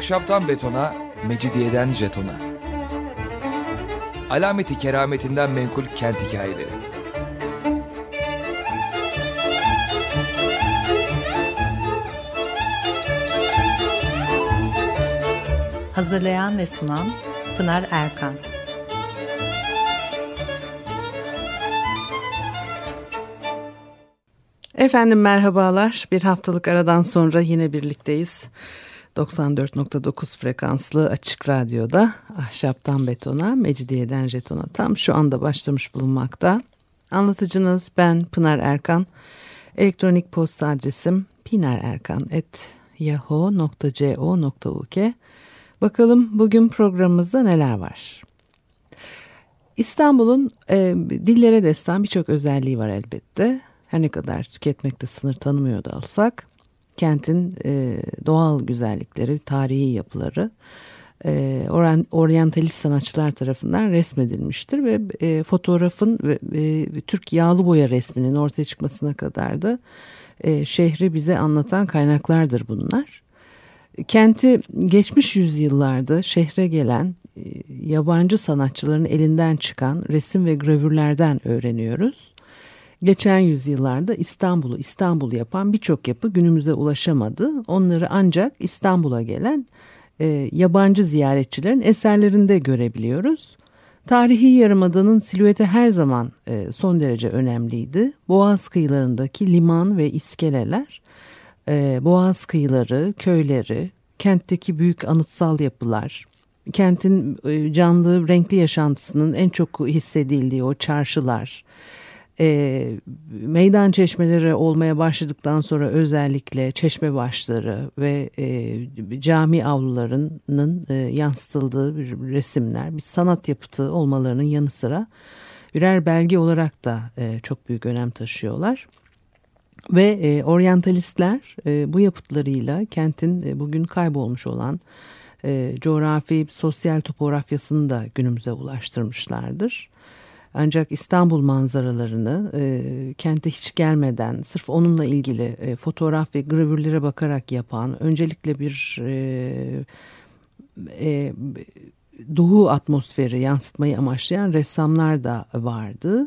Ahşaptan betona, mecidiyeden jetona. Alameti kerametinden menkul kent hikayeleri. Hazırlayan ve sunan Pınar Erkan. Efendim merhabalar. Bir haftalık aradan sonra yine birlikteyiz. 94.9 frekanslı Açık Radyo'da Ahşaptan Betona, Mecidiyeden Jeton'a tam şu anda başlamış bulunmakta. Anlatıcınız ben Pınar Erkan. Elektronik posta adresim pinarerkan@yahoo.co.uk. Bakalım bugün programımızda neler var? İstanbul'un dillere destan birçok özelliği var elbette. Her ne kadar tüketmekte sınır tanımıyor da olsak, kentin doğal güzellikleri, tarihi yapıları oryantalist sanatçılar tarafından resmedilmiştir ve fotoğrafın ve Türk yağlı boya resminin ortaya çıkmasına kadar da şehri bize anlatan kaynaklardır bunlar. Kenti geçmiş yüzyıllarda şehre gelen yabancı sanatçıların elinden çıkan resim ve gravürlerden öğreniyoruz. Geçen yüzyıllarda İstanbul'u İstanbul yapan birçok yapı günümüze ulaşamadı. Onları ancak İstanbul'a gelen yabancı ziyaretçilerin eserlerinde görebiliyoruz. Tarihi Yarımada'nın silüeti her zaman son derece önemliydi. Boğaz kıyılarındaki liman ve iskeleler, boğaz kıyıları, köyleri, kentteki büyük anıtsal yapılar, kentin canlı, renkli yaşantısının en çok hissedildiği o çarşılar, meydan çeşmeleri olmaya başladıktan sonra özellikle çeşme başları ve cami avlularının yansıtıldığı resimler bir sanat yapıtı olmalarının yanı sıra birer belge olarak da çok büyük önem taşıyorlar. Ve oryantalistler bu yapıtlarıyla kentin bugün kaybolmuş olan coğrafi, sosyal topografyasını da günümüze ulaştırmışlardır. Ancak İstanbul manzaralarını kente hiç gelmeden sırf onunla ilgili fotoğraf ve gravürlere bakarak yapan, öncelikle bir doğu atmosferi yansıtmayı amaçlayan ressamlar da vardı.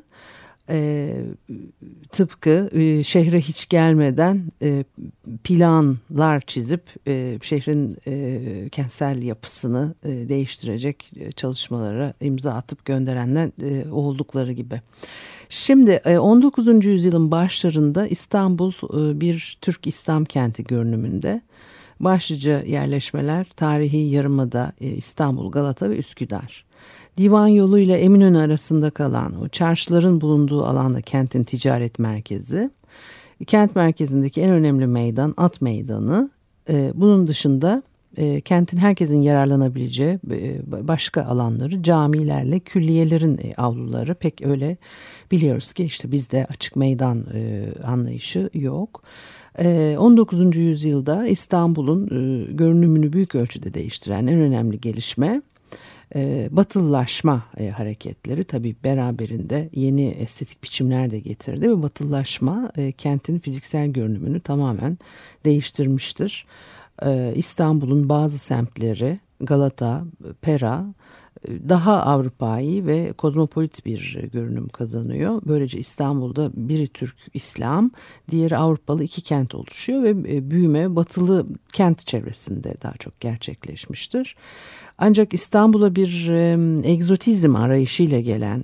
Tıpkı şehre hiç gelmeden planlar çizip şehrin kentsel yapısını değiştirecek çalışmalara imza atıp gönderenler oldukları gibi. Şimdi 19. yüzyılın başlarında İstanbul bir Türk İslam kenti görünümünde. Başlıca yerleşmeler tarihi Yarımada, İstanbul, Galata ve Üsküdar. Divan Yolu ile Eminönü arasında kalan o çarşıların bulunduğu alanda kentin ticaret merkezi. Kent merkezindeki en önemli meydan At Meydanı. Bunun dışında kentin herkesin yararlanabileceği başka alanları camilerle külliyelerin avluları pek öyle biliyoruz ki işte bizde açık meydan anlayışı yok. 19. yüzyılda İstanbul'un görünümünü büyük ölçüde değiştiren en önemli gelişme batılılaşma hareketleri tabii beraberinde yeni estetik biçimler de getirdi ve batılılaşma kentin fiziksel görünümünü tamamen değiştirmiştir. İstanbul'un bazı semtleri Galata, Pera daha Avrupa'yı ve kozmopolit bir görünüm kazanıyor. Böylece İstanbul'da biri Türk İslam, diğeri Avrupalı iki kent oluşuyor ve büyüme batılı kent çevresinde daha çok gerçekleşmiştir. Ancak İstanbul'a bir egzotizm arayışıyla gelen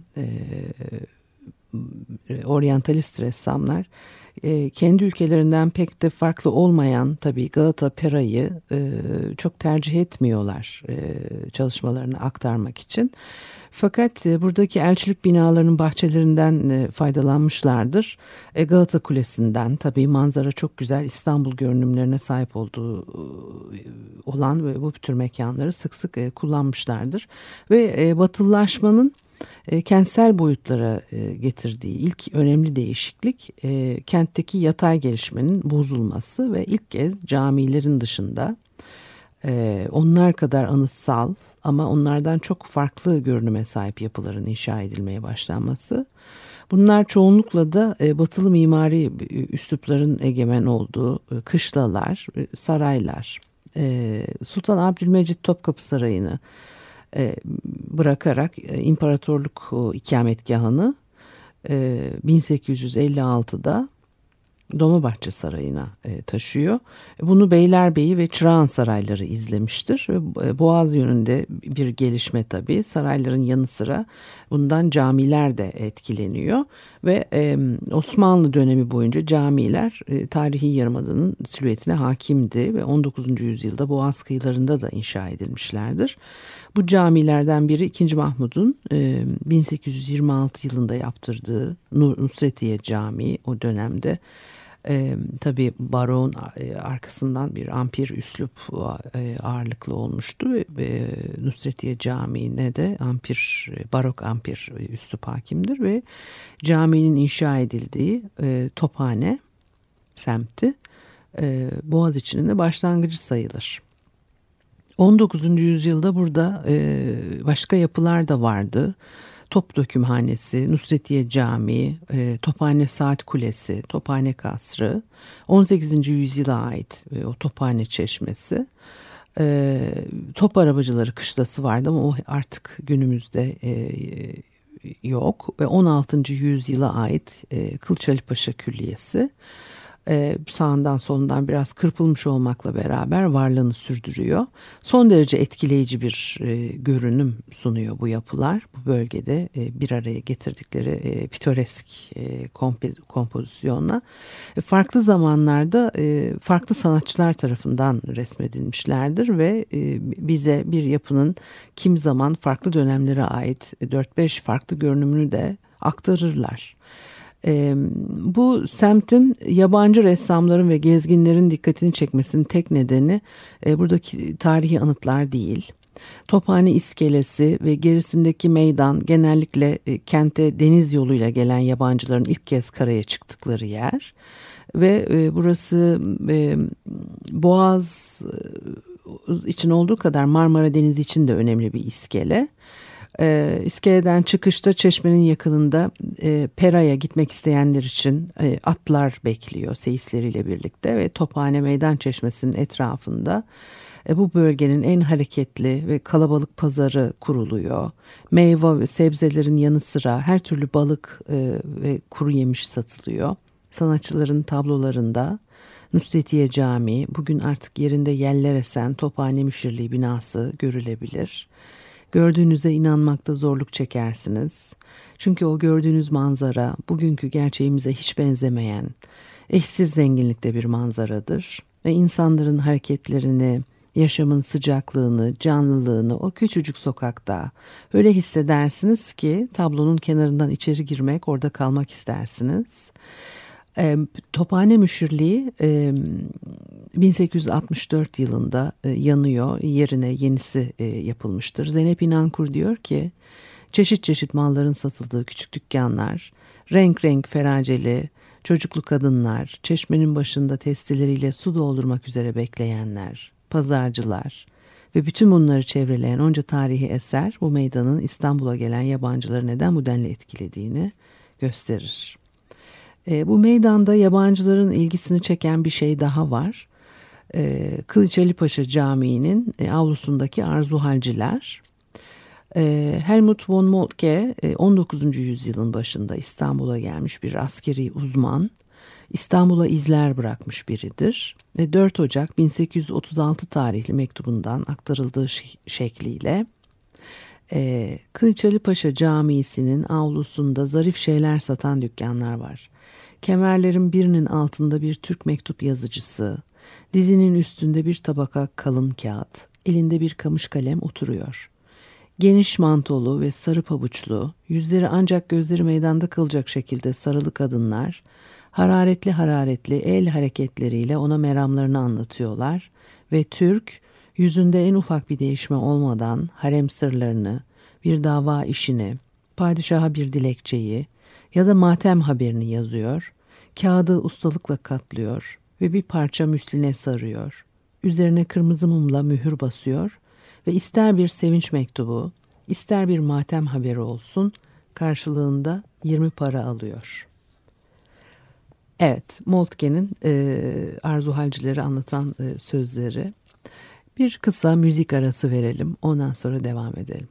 oryantalist ressamlar kendi ülkelerinden pek de farklı olmayan tabii Galata Pera'yı çok tercih etmiyorlar çalışmalarını aktarmak için. Fakat buradaki elçilik binalarının bahçelerinden faydalanmışlardır. Galata Kulesi'nden tabii manzara çok güzel İstanbul görünümlerine sahip olduğu olan ve bu tür mekanları sık sık kullanmışlardır. Ve batılılaşmanın kentsel boyutlara getirdiği ilk önemli değişiklik kentteki yatay gelişmenin bozulması ve ilk kez camilerin dışında onlar kadar anıtsal ama onlardan çok farklı görünüme sahip yapıların inşa edilmeye başlanması. Bunlar çoğunlukla da batılı mimari üslupların egemen olduğu kışlalar, saraylar, Sultan Abdülmecit Topkapı Sarayı'nı bırakarak imparatorluk ikametgahını 1856'da Dolmabahçe Sarayı'na taşıyor. Bunu Beylerbeyi ve Çırağan sarayları izlemiştir. Boğaz yönünde bir gelişme tabii. Sarayların yanı sıra bundan camiler de etkileniyor. Ve Osmanlı dönemi boyunca camiler tarihi yarımadanın silüetine hakimdi. Ve 19. yüzyılda Boğaz kıyılarında da inşa edilmişlerdir. Bu camilerden biri 2. Mahmud'un 1826 yılında yaptırdığı Nusretiye Camii o dönemde. Tabii baroğun arkasından bir ampir üslup ağırlıklı olmuştu ve Nusretiye Camii'ne de barok ampir üslup hakimdir ve caminin inşa edildiği Tophane semti Boğaziçi'nin de başlangıcı sayılır. 19. yüzyılda burada başka yapılar da vardı. Top Dökümhanesi, Nusretiye Camii, Tophane Saat Kulesi, Tophane Kasrı, 18. yüzyıla ait o Tophane Çeşmesi, Top Arabacıları Kışlası vardı ama o artık günümüzde yok ve 16. yüzyıla ait Kılıçali Paşa Külliyesi. Sağından solundan biraz kırpılmış olmakla beraber varlığını sürdürüyor. Son derece etkileyici bir görünüm sunuyor bu yapılar. Bu bölgede bir araya getirdikleri pitoresk kompozisyonla. Farklı zamanlarda farklı sanatçılar tarafından resmedilmişlerdir ve bize bir yapının kim zaman farklı dönemlere ait 4-5 farklı görünümünü de aktarırlar. Bu semtin yabancı ressamların ve gezginlerin dikkatini çekmesinin tek nedeni buradaki tarihi anıtlar değil. Tophane iskelesi ve gerisindeki meydan genellikle kente deniz yoluyla gelen yabancıların ilk kez karaya çıktıkları yer. Ve burası Boğaz için olduğu kadar Marmara Denizi için de önemli bir iskele. İskeleden çıkışta çeşmenin yakınında Pera'ya gitmek isteyenler için atlar bekliyor seyisleriyle birlikte ve Tophane Meydan Çeşmesi'nin etrafında bu bölgenin en hareketli ve kalabalık pazarı kuruluyor. Meyve ve sebzelerin yanı sıra her türlü balık ve kuru yemiş satılıyor. Sanatçıların tablolarında Nusretiye Camii, bugün artık yerinde yeller esen Tophane Müşirliği binası görülebilir. Gördüğünüze inanmakta zorluk çekersiniz. Çünkü o gördüğünüz manzara bugünkü gerçeğimize hiç benzemeyen, eşsiz zenginlikte bir manzaradır. Ve insanların hareketlerini, yaşamın sıcaklığını, canlılığını o küçücük sokakta öyle hissedersiniz ki tablonun kenarından içeri girmek, orada kalmak istersiniz. Tophane Müşirliği 1864 yılında yanıyor, yerine yenisi yapılmıştır. Zeynep İnankur diyor ki, çeşit çeşit malların satıldığı küçük dükkanlar, renk renk feraceli çocuklu kadınlar, çeşmenin başında testileriyle su doldurmak üzere bekleyenler, pazarcılar ve bütün bunları çevreleyen onca tarihi eser bu meydanın İstanbul'a gelen yabancıları neden bu denli etkilediğini gösterir. Bu meydanda yabancıların ilgisini çeken bir şey daha var. Kılıçali Paşa Camii'nin avlusundaki arzuhalciler. Helmut von Moltke 19. yüzyılın başında İstanbul'a gelmiş bir askeri uzman. İstanbul'a izler bırakmış biridir. 4 Ocak 1836 tarihli mektubundan aktarıldığı şekliyle Kılıçali Paşa Camii'sinin avlusunda zarif şeyler satan dükkanlar var. Kemerlerin birinin altında bir Türk mektup yazıcısı, dizinin üstünde bir tabaka kalın kağıt, elinde bir kamış kalem oturuyor. Geniş mantolu ve sarı pabuçlu, yüzleri ancak gözleri meydanda kalacak şekilde sarılı kadınlar, hararetli el hareketleriyle ona meramlarını anlatıyorlar ve Türk, yüzünde en ufak bir değişme olmadan harem sırlarını, bir dava işini, padişaha bir dilekçeyi ya da matem haberini yazıyor, kağıdı ustalıkla katlıyor ve bir parça müsline sarıyor. Üzerine kırmızı mumla mühür basıyor ve ister bir sevinç mektubu, ister bir matem haberi olsun, karşılığında 20 para alıyor. Evet, Moltke'nin arzuhalcileri anlatan sözleri. Bir kısa müzik arası verelim, ondan sonra devam edelim.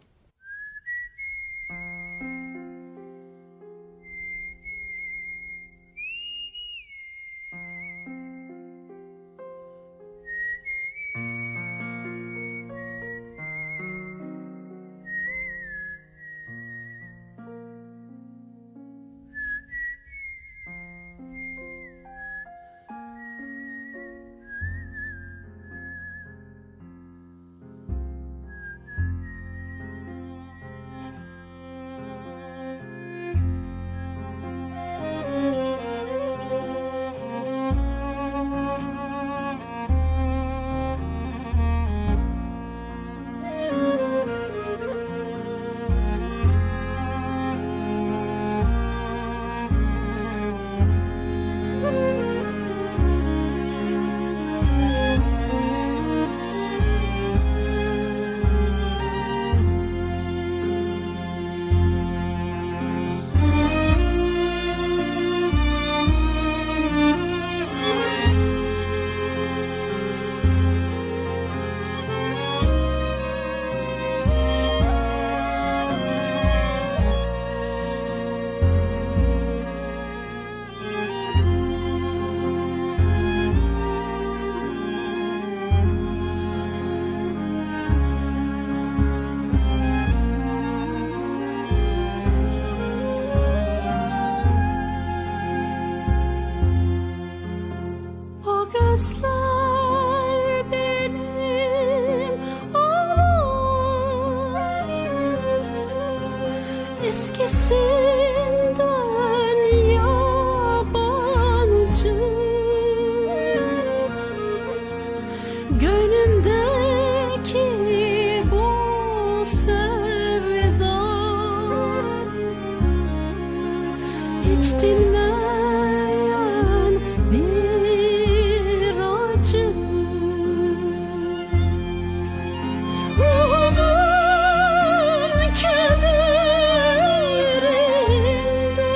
Gözler benim olur eskisinden yabancı, gönlümdeki bu sevda hiç dinmeyen bir acı. Ruhumun kederinde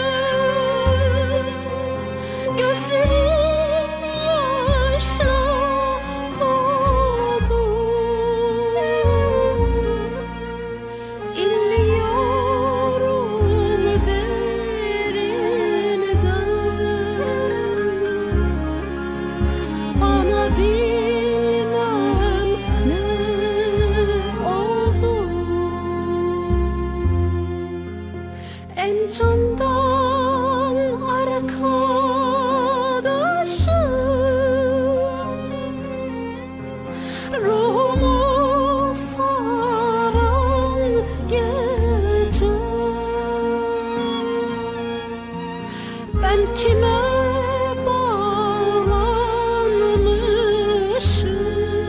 gözlerim yaşla doldu. İnliyorum derinden, bana bilmem ne oldu. En candan arkadaşım, ruhumu saran gece, ben kime bağlanmışım,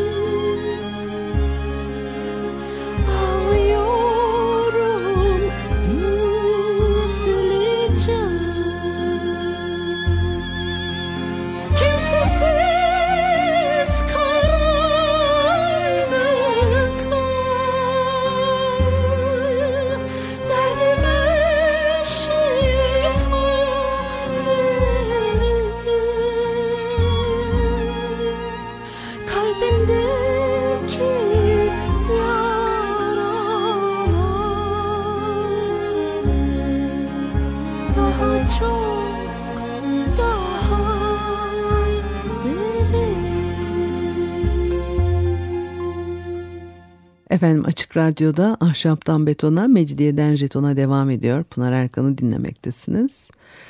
ağlıyorum gizlice. Kimsesiz karanlıklar derdime şifa verir. Kalbimdeki yaralar daha çok, daha derin. Efendim, Açık Radyo'da Ahşaptan Betona, Mecidiyeden Jeton'a devam ediyor. Pınar Erkan'ı dinlemektesiniz.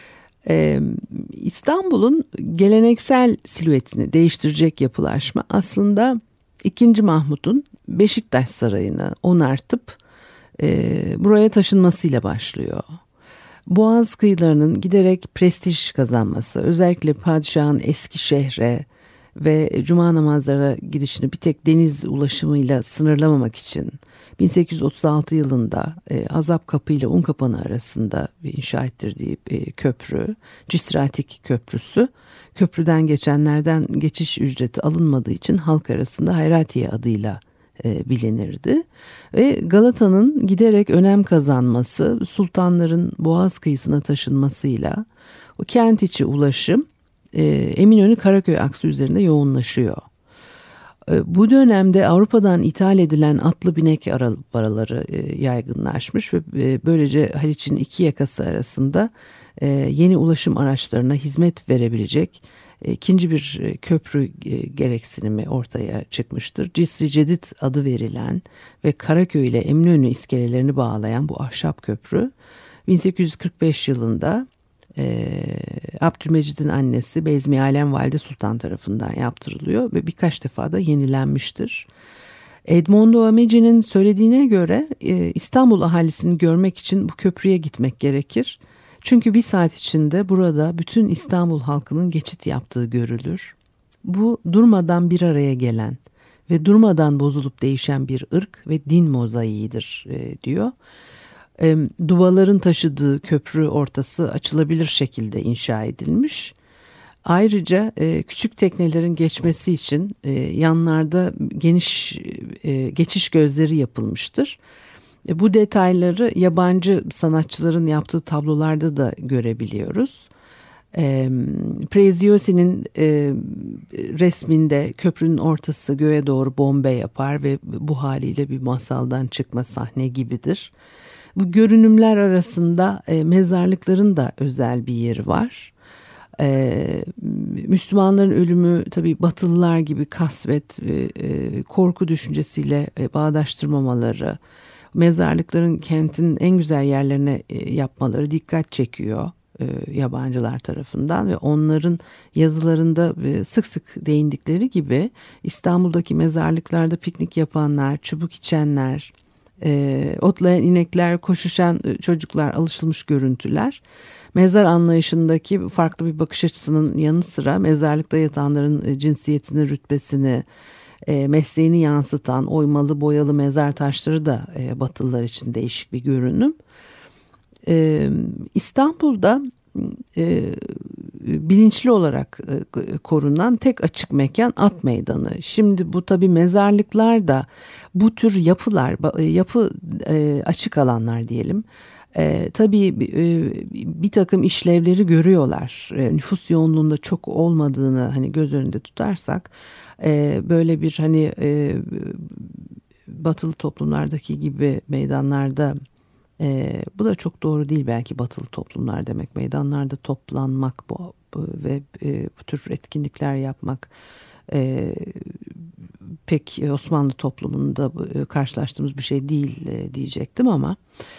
İstanbul'un geleneksel silüetini değiştirecek yapılaşma aslında 2. Mahmut'un Beşiktaş Sarayı'nı onartıp buraya taşınmasıyla başlıyor. Boğaz kıyılarının giderek prestij kazanması, özellikle padişahın Eskişehir'e ve cuma namazlara gidişini bir tek deniz ulaşımıyla sınırlamamak için 1836 yılında Azapkapı ile Unkapanı arasında inşa ettirdiği köprü, Cisratik Köprüsü, köprüden geçenlerden geçiş ücreti alınmadığı için halk arasında Hayratiye adıyla bilinirdi. Ve Galata'nın giderek önem kazanması, sultanların Boğaz kıyısına taşınmasıyla o kent içi ulaşım Eminönü Karaköy aksı üzerinde yoğunlaşıyor. Bu dönemde Avrupa'dan ithal edilen atlı binek arabaları yaygınlaşmış ve böylece Haliç'in iki yakası arasında yeni ulaşım araçlarına hizmet verebilecek ikinci bir köprü gereksinimi ortaya çıkmıştır. Cisri Cedid adı verilen ve Karaköy ile Eminönü iskelelerini bağlayan bu ahşap köprü 1845 yılında Abdülmecid'in annesi Bezmi Alem Valide Sultan tarafından yaptırılıyor ve birkaç defa da yenilenmiştir. Edmondo Ameci'nin söylediğine göre İstanbul ahalisini görmek için bu köprüye gitmek gerekir. Çünkü bir saat içinde burada bütün İstanbul halkının geçit yaptığı görülür. Bu durmadan bir araya gelen ve durmadan bozulup değişen bir ırk ve din mozaiğidir diyor. Duvaların taşıdığı köprü ortası açılabilir şekilde inşa edilmiş. Ayrıca küçük teknelerin geçmesi için yanlarda geniş geçiş gözleri yapılmıştır. Bu detayları yabancı sanatçıların yaptığı tablolarda da görebiliyoruz. Preziosi'nin resminde köprünün ortası göğe doğru bombe yapar ve bu haliyle bir masaldan çıkma sahne gibidir. Bu görünümler arasında mezarlıkların da özel bir yeri var. Müslümanların ölümü tabii Batılılar gibi kasvet, korku düşüncesiyle bağdaştırmamaları, mezarlıkların kentin en güzel yerlerine yapmaları dikkat çekiyor yabancılar tarafından ve onların yazılarında sık sık değindikleri gibi İstanbul'daki mezarlıklarda piknik yapanlar, çubuk içenler, otlayan inekler, koşuşan çocuklar alışılmış görüntüler. Mezar anlayışındaki farklı bir bakış açısının yanı sıra mezarlıkta yatanların cinsiyetini, rütbesini, mesleğini yansıtan oymalı boyalı mezar taşları da Batılılar için değişik bir görünüm. İstanbul'da bilinçli olarak korunan tek açık mekan At Meydanı. Şimdi bu tabii mezarlıklar da bu tür yapı açık alanlar diyelim. Tabii bir takım işlevleri görüyorlar. Nüfus yoğunluğunda çok olmadığını hani göz önünde tutarsak böyle bir hani batılı toplumlardaki gibi meydanlarda bu da çok doğru değil belki batılı toplumlar demek. Meydanlarda toplanmak ve bu tür etkinlikler yapmak pek Osmanlı toplumunda karşılaştığımız bir şey değil diyecektim ama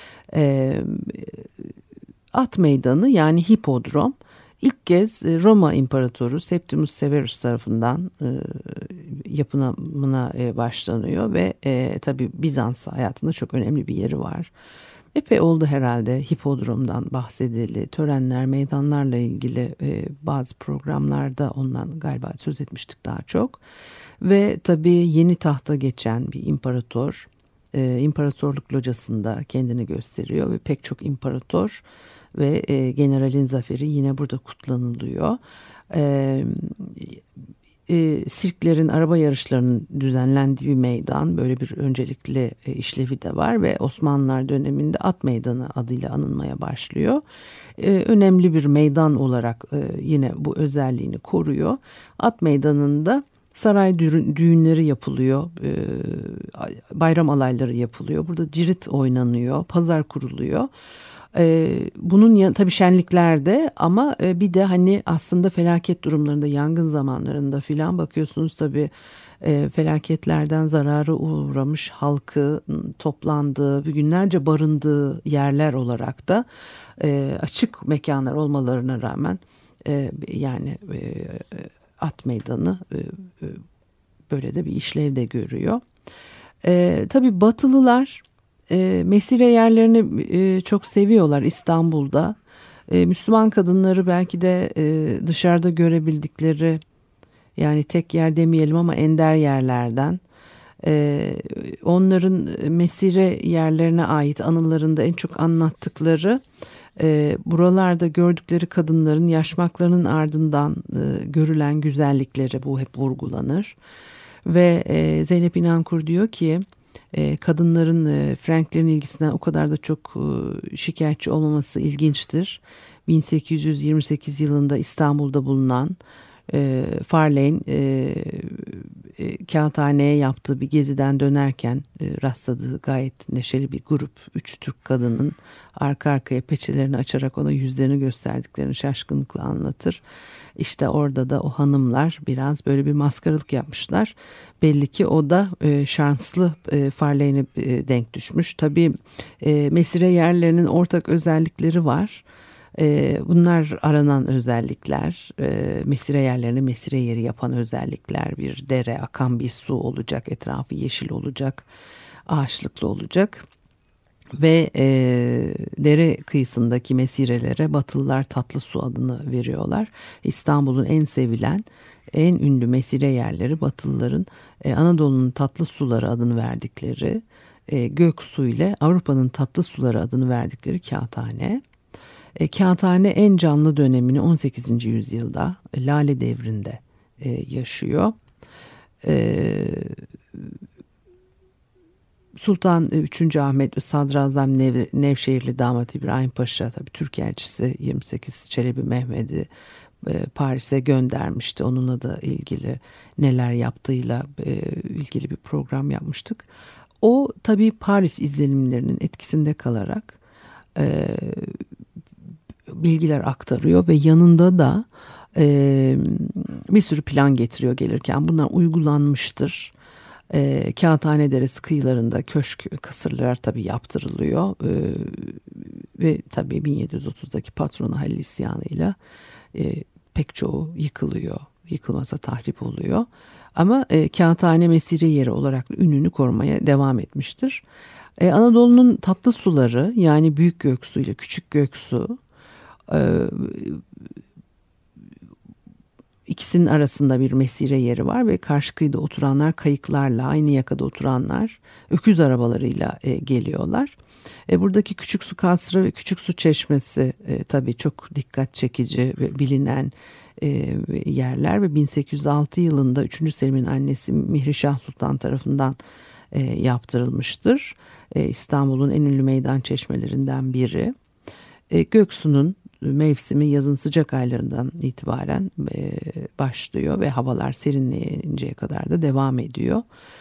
At Meydanı yani hipodrom ilk kez Roma İmparatoru Septimus Severus tarafından yapımına başlanıyor ve tabii Bizans hayatında çok önemli bir yeri var. Epey oldu herhalde hipodromdan bahsedildi. Törenler, meydanlarla ilgili bazı programlarda ondan galiba söz etmiştik daha çok. Ve tabii yeni tahta geçen bir imparator, imparatorluk locasında kendini gösteriyor ve pek çok imparator ve generalin zaferi yine burada kutlanılıyor. Sirklerin, araba yarışlarının düzenlendiği bir meydan, böyle bir öncelikli işlevi de var ve Osmanlılar döneminde At Meydanı adıyla anılmaya başlıyor. Önemli bir meydan olarak yine bu özelliğini koruyor. At Meydanı'nda saray düğünleri yapılıyor, bayram alayları yapılıyor. Burada cirit oynanıyor, pazar kuruluyor. Bunun tabii şenliklerde ama bir de hani aslında felaket durumlarında, yangın zamanlarında filan bakıyorsunuz tabii felaketlerden zararı uğramış halkı toplandığı, günlerce barındığı yerler olarak da açık mekanlar olmalarına rağmen yani At Meydanı böyle de bir işlev de görüyor. Tabii Batılılar mesire yerlerini çok seviyorlar İstanbul'da. Müslüman kadınları belki de dışarıda görebildikleri, yani tek yer demeyelim ama ender yerlerden. Onların mesire yerlerine ait anılarında en çok anlattıkları buralarda gördükleri kadınların yaşmaklarının ardından görülen güzellikleri, bu hep vurgulanır. Ve Zeynep İnankur diyor ki kadınların Franklerin ilgisinden o kadar da çok şikayetçi olmaması ilginçtir. 1828 yılında İstanbul'da bulunan Farley'in kağıthaneye yaptığı bir geziden dönerken rastladığı gayet neşeli bir grup, 3 Türk kadının arka arkaya peçelerini açarak ona yüzlerini gösterdiklerini şaşkınlıkla anlatır. İşte orada da o hanımlar biraz böyle bir maskaralık yapmışlar. Belli ki o da şanslı Farley'ine denk düşmüş. Tabii mesire yerlerinin ortak özellikleri var. Bunlar aranan özellikler, mesire yerlerini mesire yeri yapan özellikler. Bir dere, akan bir su olacak, etrafı yeşil olacak, ağaçlıklı olacak. Ve dere kıyısındaki mesirelere Batılılar tatlı su adını veriyorlar. İstanbul'un en sevilen, en ünlü mesire yerleri Batılıların Anadolu'nun tatlı suları adını verdikleri Göksu ile Avrupa'nın tatlı suları adını verdikleri Kağıthane. Kağıthane en canlı dönemini 18. yüzyılda Lale Devri'nde yaşıyor. Sultan 3. Ahmet ve Sadrazam Nevşehirli damat İbrahim Paşa, tabii Türk elçisi 28 Çelebi Mehmet'i Paris'e göndermişti. Onunla da ilgili neler yaptığıyla ilgili bir program yapmıştık. O tabii Paris izlenimlerinin etkisinde kalarak bilgiler aktarıyor ve yanında da bir sürü plan getiriyor gelirken. Bunlar uygulanmıştır. Kağıthane Deresi kıyılarında köşk, kasırlar tabii yaptırılıyor. Ve tabii 1730'daki patronu Halil isyanıyla pek çoğu yıkılıyor. Yıkılmasa tahrip oluyor. Ama Kağıthane mesire yeri olarak ününü korumaya devam etmiştir. Anadolu'nun tatlı suları, yani Büyük Göksu ile Küçük Göksu, İkisinin arasında bir mesire yeri var ve karşı kıyıda oturanlar kayıklarla, aynı yakada oturanlar öküz arabalarıyla geliyorlar. Buradaki Küçük Su Kasrı ve Küçük Su Çeşmesi tabii çok dikkat çekici ve bilinen yerler ve 1806 yılında 3. Selim'in annesi Mihrişah Sultan tarafından yaptırılmıştır. İstanbul'un en ünlü meydan çeşmelerinden biri. Göksu'nun mevsimi yazın sıcak aylarından itibaren başlıyor ve havalar serinleyinceye kadar da devam ediyor.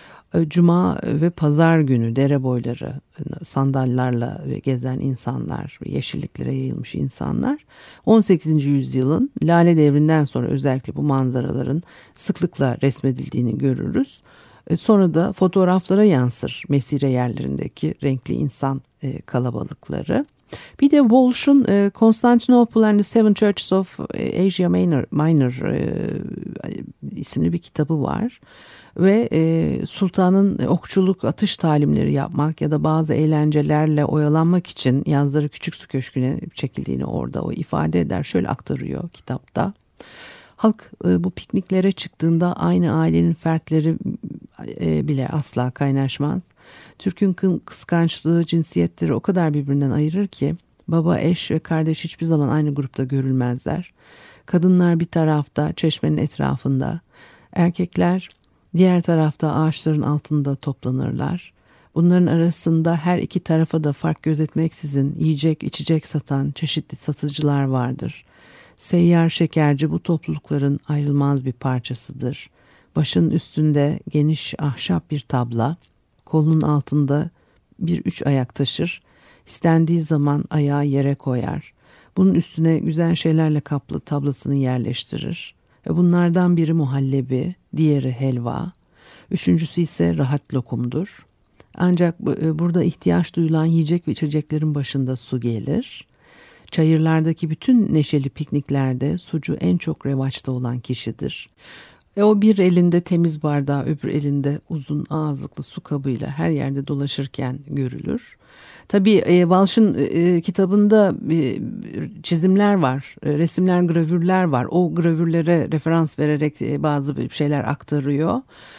Cuma ve pazar günü dere boyları sandallarla gezen insanlar, yeşilliklere yayılmış insanlar 18. yüzyılın Lale Devri'nden sonra özellikle bu manzaraların sıklıkla resmedildiğini görürüz. Sonra da fotoğraflara yansır mesire yerlerindeki renkli insan kalabalıkları. Bir de Walsh'un Constantinople and the Seven Churches of Asia Minor isimli bir kitabı var. Ve sultanın okçuluk atış talimleri yapmak ya da bazı eğlencelerle oyalanmak için yazları Küçük Su Köşkü'ne çekildiğini orada o ifade eder. Şöyle aktarıyor kitapta. Halk bu pikniklere çıktığında aynı ailenin fertleri bile asla kaynaşmaz. Türk'ün kıskançlığı cinsiyetleri o kadar birbirinden ayırır ki baba, eş ve kardeş hiçbir zaman aynı grupta görülmezler. Kadınlar bir tarafta çeşmenin etrafında, erkekler diğer tarafta ağaçların altında toplanırlar. Bunların arasında her iki tarafa da fark gözetmeksizin yiyecek içecek satan çeşitli satıcılar vardır. Seyyar şekerci bu toplulukların ayrılmaz bir parçasıdır. Başının üstünde geniş ahşap bir tabla, kolunun altında bir 3 ayak taşır. İstendiği zaman ayağı yere koyar. Bunun üstüne güzel şeylerle kaplı tablasını yerleştirir. Bunlardan biri muhallebi, diğeri helva, üçüncüsü ise rahat lokumdur. Ancak burada ihtiyaç duyulan yiyecek ve içeceklerin başında su gelir. Çayırlardaki bütün neşeli pikniklerde sucu en çok revaçta olan kişidir. O bir elinde temiz bardağı, öbür elinde uzun ağızlıklı su kabıyla her yerde dolaşırken görülür. Tabii Walsh'ın kitabında çizimler var, resimler, gravürler var. O gravürlere referans vererek bazı şeyler aktarıyor.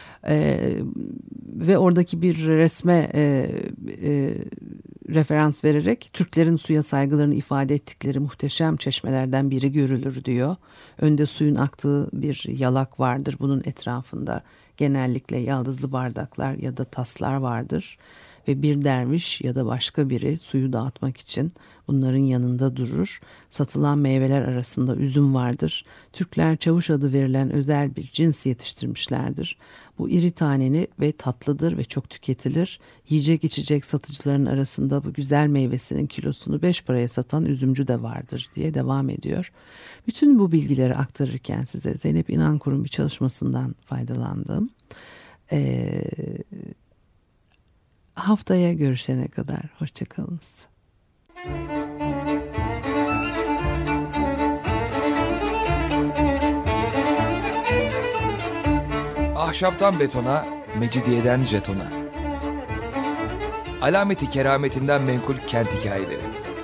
Ve oradaki bir resme referans vererek Türklerin suya saygılarını ifade ettikleri muhteşem çeşmelerden biri görülür diyor. Önde suyun aktığı bir yalak vardır. Bunun etrafında genellikle yaldızlı bardaklar ya da taslar vardır. ve bir derviş ya da başka biri suyu dağıtmak için bunların yanında durur. Satılan meyveler arasında üzüm vardır. Türkler çavuş adı verilen özel bir cins yetiştirmişlerdir. Bu iri taneli ve tatlıdır ve çok tüketilir. Yiyecek içecek satıcıların arasında bu güzel meyvesinin kilosunu 5 paraya satan üzümcü de vardır diye devam ediyor. Bütün bu bilgileri aktarırken size Zeynep İnankur'un bir çalışmasından faydalandım. Haftaya görüşene kadar hoşçakalınız. Ahşaptan betona, mecidiyeden jetona. Alameti kerametinden menkul kent hikayeleri.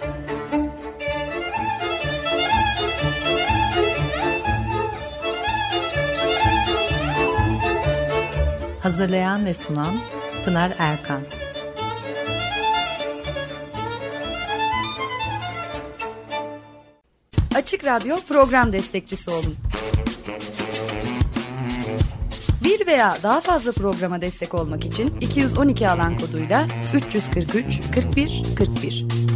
Hazırlayan ve sunan Pınar Erkan. Açık Radyo program destekçisi olun. Bir veya daha fazla programa destek olmak için 212 alan koduyla 343 41 41.